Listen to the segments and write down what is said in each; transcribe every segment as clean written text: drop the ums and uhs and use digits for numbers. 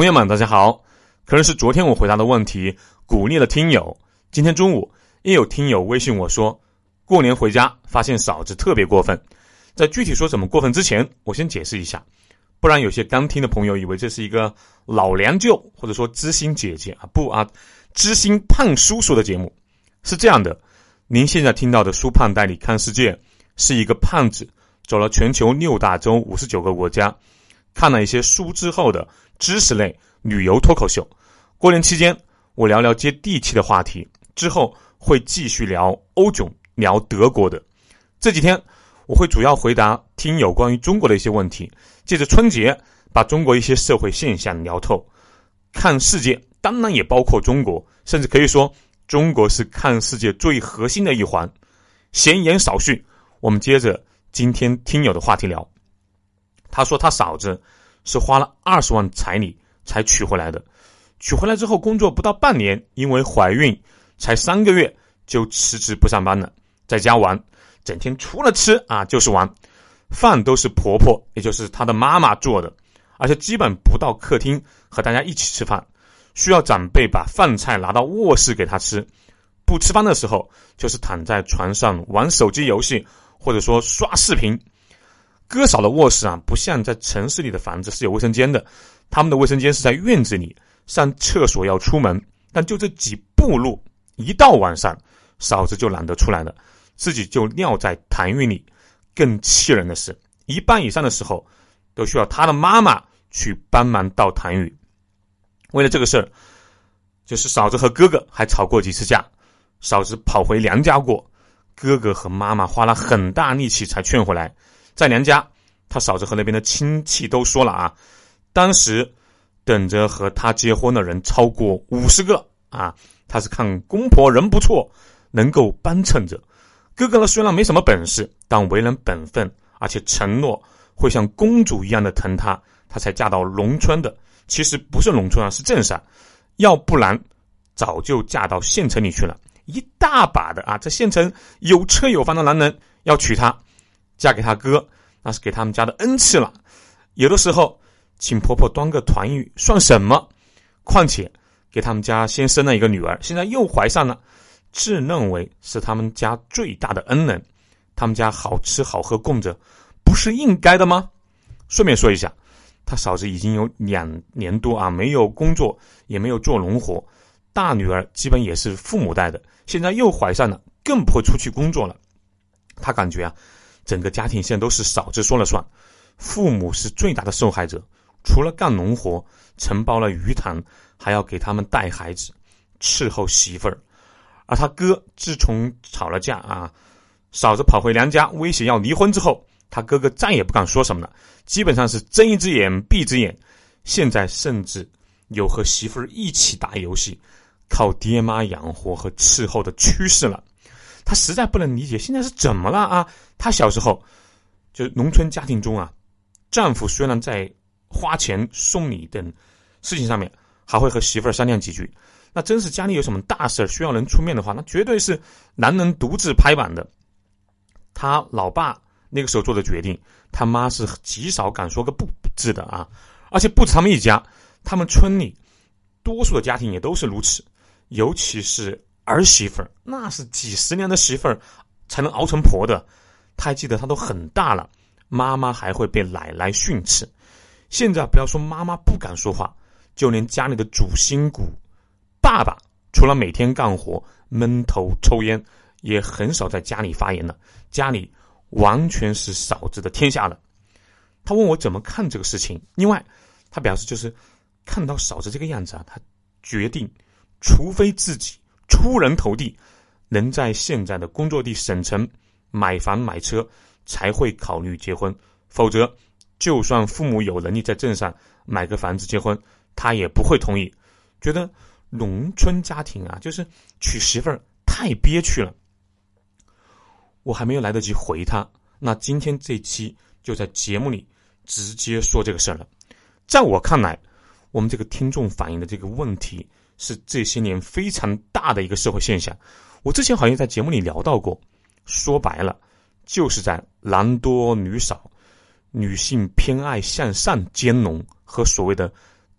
朋友们大家好，可能是昨天我回答的问题鼓励了听友，今天中午也有听友微信我说，过年回家发现嫂子特别过分。在具体说怎么过分之前，我先解释一下，不然有些刚听的朋友以为这是一个老娘舅或者说知心姐姐知心胖叔叔的节目。是这样的，您现在听到的书胖带你看世界是一个胖子走了全球6大洲59个国家，看了一些书之后的知识类旅游脱口秀。过年期间我聊聊接地气的话题，之后会继续聊欧囧，聊德国的。这几天我会主要回答听友关于中国的一些问题，借着春节把中国一些社会现象聊透。看世界当然也包括中国，甚至可以说中国是看世界最核心的一环。闲言少叙，我们接着今天听友的话题聊。他说他嫂子是花了20万彩礼才娶回来的，娶回来之后工作不到半年，因为怀孕才3个月就辞职不上班了，在家玩，整天除了吃就是玩，饭都是婆婆也就是她的妈妈做的，而且基本不到客厅和大家一起吃饭，需要长辈把饭菜拿到卧室给她吃。不吃饭的时候就是躺在床上玩手机游戏，或者说刷视频。哥嫂的卧室不像在城市里的房子是有卫生间的，他们的卫生间是在院子里，上厕所要出门，但就这几步路，一到晚上嫂子就懒得出来了，自己就尿在痰盂里。更气人的是，一半以上的时候都需要他的妈妈去帮忙倒痰盂。为了这个事儿，就是嫂子和哥哥还吵过几次架，嫂子跑回娘家过，哥哥和妈妈花了很大力气才劝回来。在娘家，他嫂子和那边的亲戚都说了当时等着和他结婚的人超过50个他是看公婆人不错，能够帮衬着。哥哥呢虽然没什么本事，但为人本分，而且承诺会像公主一样的疼他，他才嫁到农村的。其实不是农村是镇上，要不然早就嫁到县城里去了。一大把的在县城有车有房的男人要娶她，嫁给他哥那是给他们家的恩赐了。有的时候请婆婆端个团盂算什么？况且给他们家先生了一个女儿，现在又怀上了，自认为是他们家最大的恩人，他们家好吃好喝供着，不是应该的吗？顺便说一下，他嫂子已经有2年多没有工作，也没有做农活，大女儿基本也是父母带的，现在又怀上了，更不会出去工作了。他感觉整个家庭现在都是嫂子说了算，父母是最大的受害者，除了干农活承包了鱼塘，还要给他们带孩子，伺候媳妇儿。而他哥自从吵了架嫂子跑回娘家威胁要离婚之后，他哥哥再也不敢说什么了，基本上是睁一只眼闭一只眼。现在甚至有和媳妇儿一起打游戏，靠爹妈养活和伺候的趋势了。他实在不能理解现在是怎么了他小时候就农村家庭中丈夫虽然在花钱送礼等事情上面还会和媳妇儿商量几句，那真是家里有什么大事需要人出面的话，那绝对是男人独自拍板的。他老爸那个时候做的决定，他妈是极少敢说个不字的而且不止他们一家，他们村里多数的家庭也都是如此，尤其是儿媳妇儿，那是几十年的媳妇儿才能熬成婆的。他还记得他都很大了，妈妈还会被奶奶训斥。现在不要说妈妈不敢说话，就连家里的主心骨爸爸，除了每天干活闷头抽烟，也很少在家里发言了，家里完全是嫂子的天下了。他问我怎么看这个事情，另外他表示就是看到嫂子这个样子他决定除非自己出人头地，能在现在的工作地省城买房买车，才会考虑结婚，否则就算父母有能力在镇上买个房子结婚，他也不会同意，觉得农村家庭就是娶媳妇儿太憋屈了。我还没有来得及回他，那今天这期就在节目里直接说这个事儿了。在我看来，我们这个听众反映的这个问题是这些年非常大的一个社会现象。我之前好像在节目里聊到过，说白了就是在男多女少，女性偏爱向上兼容和所谓的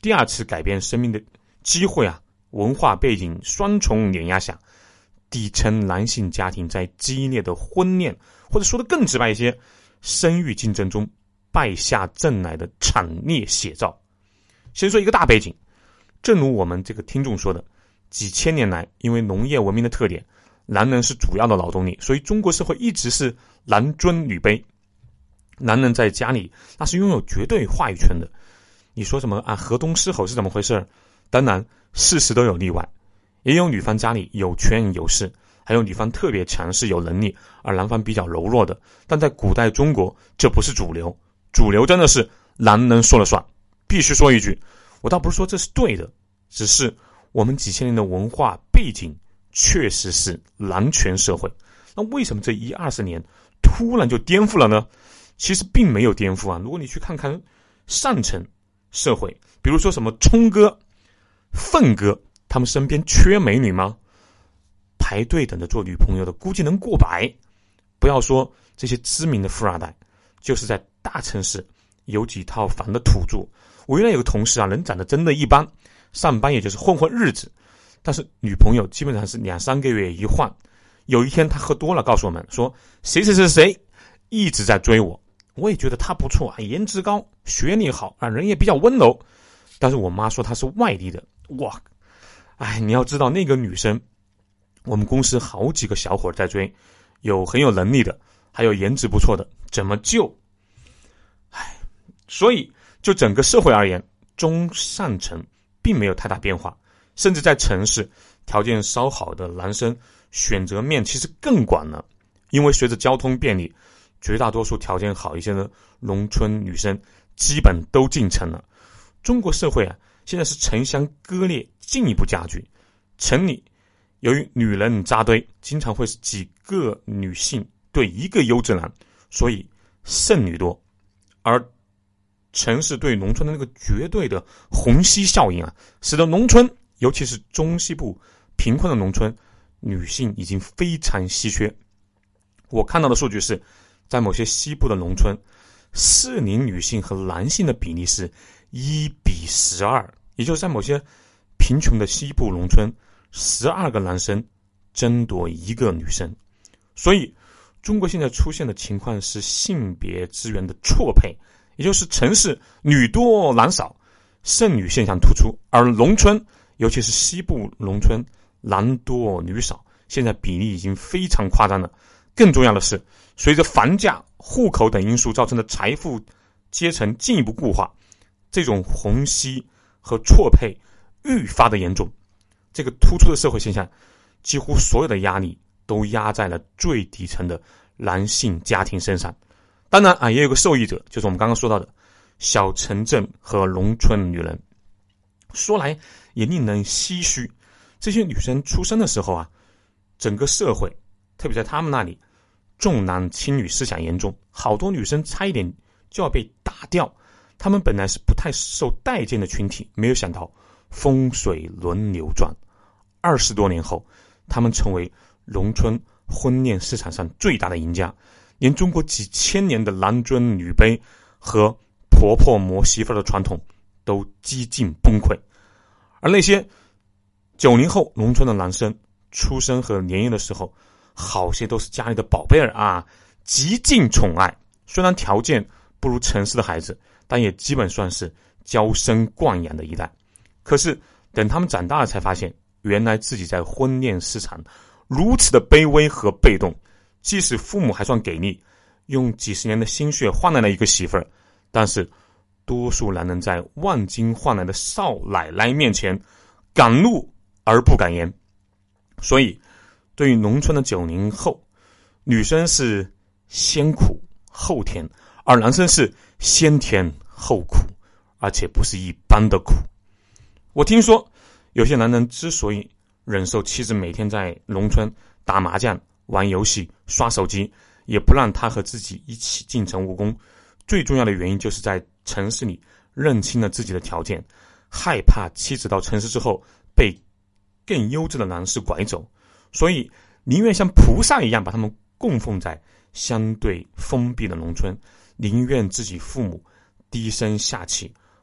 第二次改变生命的机会文化背景双重碾压下，底层男性家庭在激烈的婚恋，或者说的更直白一些，生育竞争中败下阵来的惨烈写照。先说一个大背景，正如我们这个听众说的，几千年来，因为农业文明的特点，男人是主要的劳动力，所以中国社会一直是男尊女卑。男人在家里那是拥有绝对话语权的。你说什么河东狮吼是怎么回事？当然事实都有例外，也有女方家里有权有势，还有女方特别强势有能力，而男方比较柔弱的。但在古代中国，这不是主流，主流真的是男人说了算。必须说一句，我倒不是说这是对的，只是我们几千年的文化背景确实是男权社会。那为什么这10-20年突然就颠覆了呢？其实并没有颠覆如果你去看看上层社会，比如说什么冲哥、凤哥，他们身边缺美女吗？排队等着做女朋友的估计能过百。不要说这些知名的富二代，就是在大城市有几套房的土著。我原来有个同事人长得真的一般，上班也就是混混日子，但是女朋友基本上是2-3个月一换。有一天他喝多了告诉我们说，谁谁谁谁一直在追我，我也觉得他不错颜值高，学历好人也比较温柔。但是我妈说他是外地的。哇，你要知道那个女生，我们公司好几个小伙在追，有很有能力的，还有颜值不错的，怎么救？所以就整个社会而言，中上层并没有太大变化，甚至在城市条件稍好的男生选择面其实更广了。因为随着交通便利，绝大多数条件好一些的农村女生基本都进城了。中国社会现在是城乡割裂进一步加剧，城里由于女人扎堆，经常会是几个女性对一个优质男，所以剩女多。而城市对农村的那个绝对的虹吸效应使得农村，尤其是中西部贫困的农村，女性已经非常稀缺。我看到的数据是，在某些西部的农村，适龄女性和男性的比例是1:12，也就是在某些贫穷的西部农村，12个男生争夺1个女生。所以中国现在出现的情况是性别资源的错配，也就是城市女多男少，剩女现象突出，而农村尤其是西部农村男多女少，现在比例已经非常夸张了。更重要的是，随着房价、户口等因素造成的财富阶层进一步固化，这种虹吸和错配愈发的严重。这个突出的社会现象，几乎所有的压力都压在了最底层的男性家庭身上。当然也有个受益者，就是我们刚刚说到的小城镇和农村女人。说来也令人唏嘘，这些女生出生的时候整个社会特别在他们那里重男轻女思想严重，好多女生差一点就要被打掉。她们本来是不太受待见的群体，没有想到风水轮流转，20多年后她们成为农村婚恋市场上最大的赢家，连中国几千年的男尊女卑和婆婆磨媳妇的传统都几近崩溃。而那些90后农村的男生出生和年幼的时候，好些都是家里的宝贝儿极尽宠爱，虽然条件不如城市的孩子，但也基本算是娇生惯养的一代。可是等他们长大了才发现，原来自己在婚恋市场如此的卑微和被动，即使父母还算给力，用几十年的心血换来了一个媳妇儿，但是多数男人在万金换来的少奶奶面前敢怒而不敢言。所以对于农村的90后，女生是先苦后甜，而男生是先甜后苦，而且不是一般的苦。我听说有些男人之所以忍受妻子每天在农村打麻将、玩游戏、刷手机，也不让他和自己一起进城务工，最重要的原因就是在城市里认清了自己的条件，害怕妻子到城市之后被更优质的男士拐走，所以宁愿像菩萨一样把他们供奉在相对封闭的农村，宁愿自己父母低声下气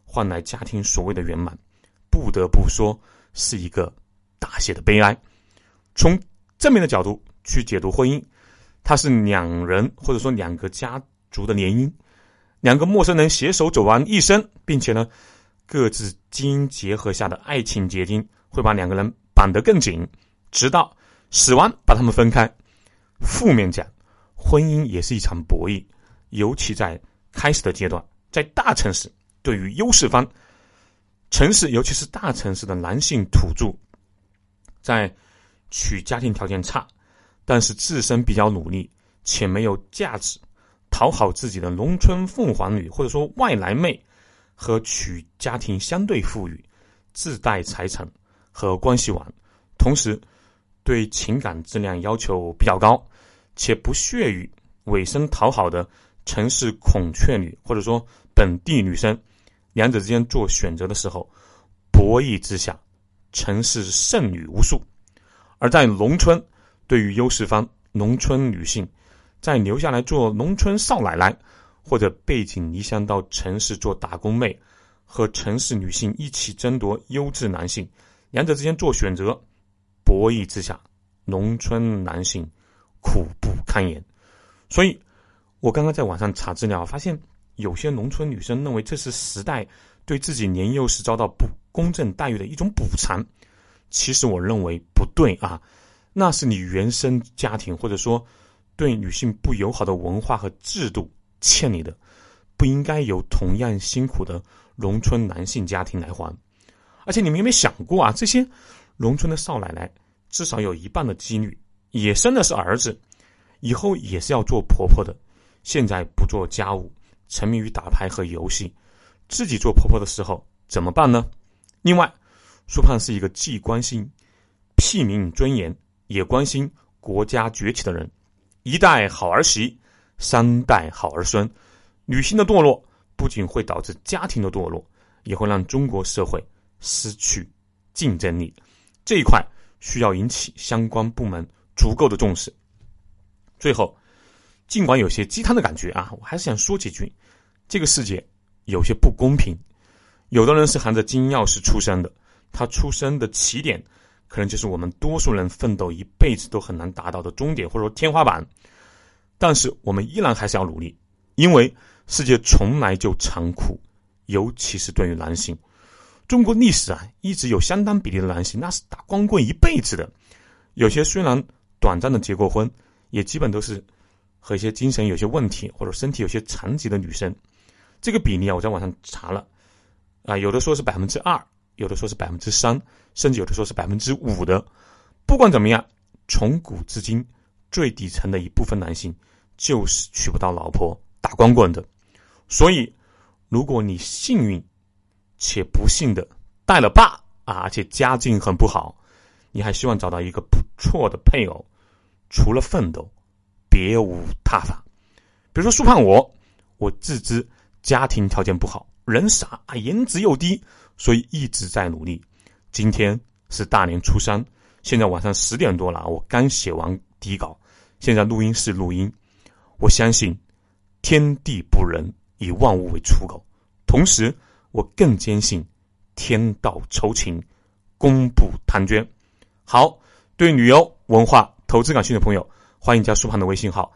换来家庭所谓的圆满，不得不说是一个大写的悲哀。从正面的角度去解读婚姻，它是两人或者说两个家族的联姻，两个陌生人携手走完一生，并且呢各自基因结合下的爱情结晶会把两个人绑得更紧，直到死亡把他们分开。负面讲，婚姻也是一场博弈，尤其在开始的阶段，在大城市，对于优势方，城市尤其是大城市的男性土著，在娶家庭条件差，但是自身比较努力且没有价值，讨好自己的农村凤凰女或者说外来妹，和娶家庭相对富裕，自带财产和关系网，同时对情感质量要求比较高，且不屑于委身讨好的城市孔雀女或者说本地女生，两者之间做选择的时候，博弈之下，城市剩女无数。而在农村，对于优势方农村女性再留下来做农村少奶奶，或者背井离乡到城市做打工妹，和城市女性一起争夺优质男性，两者之间做选择，博弈之下，农村男性苦不堪言。所以我刚刚在网上查资料，发现有些农村女生认为这是时代对自己年幼时遭到不公正待遇的一种补偿。其实我认为不对啊，那是你原生家庭或者说对女性不友好的文化和制度欠你的，不应该由同样辛苦的农村男性家庭来还。而且你们有没有想过啊，这些农村的少奶奶至少有一半的几率也生的是儿子，以后也是要做婆婆的，现在不做家务，沉迷于打牌和游戏，自己做婆婆的时候怎么办呢？另外，苏胖是一个既关心屁民尊严也关心国家崛起的人，一代好儿媳，三代好儿孙。女性的堕落不仅会导致家庭的堕落，也会让中国社会失去竞争力，这一块需要引起相关部门足够的重视。最后，尽管有些鸡汤的感觉啊，我还是想说几句。这个世界有些不公平，有的人是含着金钥匙出生的，他出生的起点可能就是我们多数人奋斗一辈子都很难达到的终点或者说天花板，但是我们依然还是要努力，因为世界从来就残酷，尤其是对于男性。中国历史啊，一直有相当比例的男性那是打光棍一辈子的，有些虽然短暂的结过婚，也基本都是和一些精神有些问题或者身体有些残疾的女生。这个比例啊，我在网上查了啊，有的说是 2%， 有的说是 3%， 甚至有的说是 5% 的。不管怎么样，从古至今最底层的一部分男性就是娶不到老婆打光棍的。所以如果你幸运且不幸的带了爸啊，而且家境很不好，你还希望找到一个不错的配偶，除了奋斗别无他法。比如说苏胖我自知家庭条件不好，人傻啊，颜值又低，所以一直在努力。今天是大年初三，现在晚上10点多了，我刚写完底稿，现在录音室录音。我相信天地不仁，以万物为刍狗，同时我更坚信天道酬勤，公布唐捐。好，对旅游文化投资感兴趣的朋友，欢迎加苏胖的微信号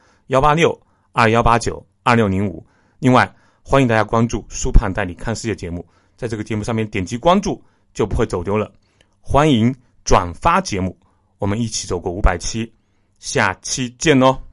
18621892605。另外欢迎大家关注苏胖带你看世界节目，在这个节目上面点击关注就不会走丢了。欢迎转发节目，我们一起走过500期，下期见哦。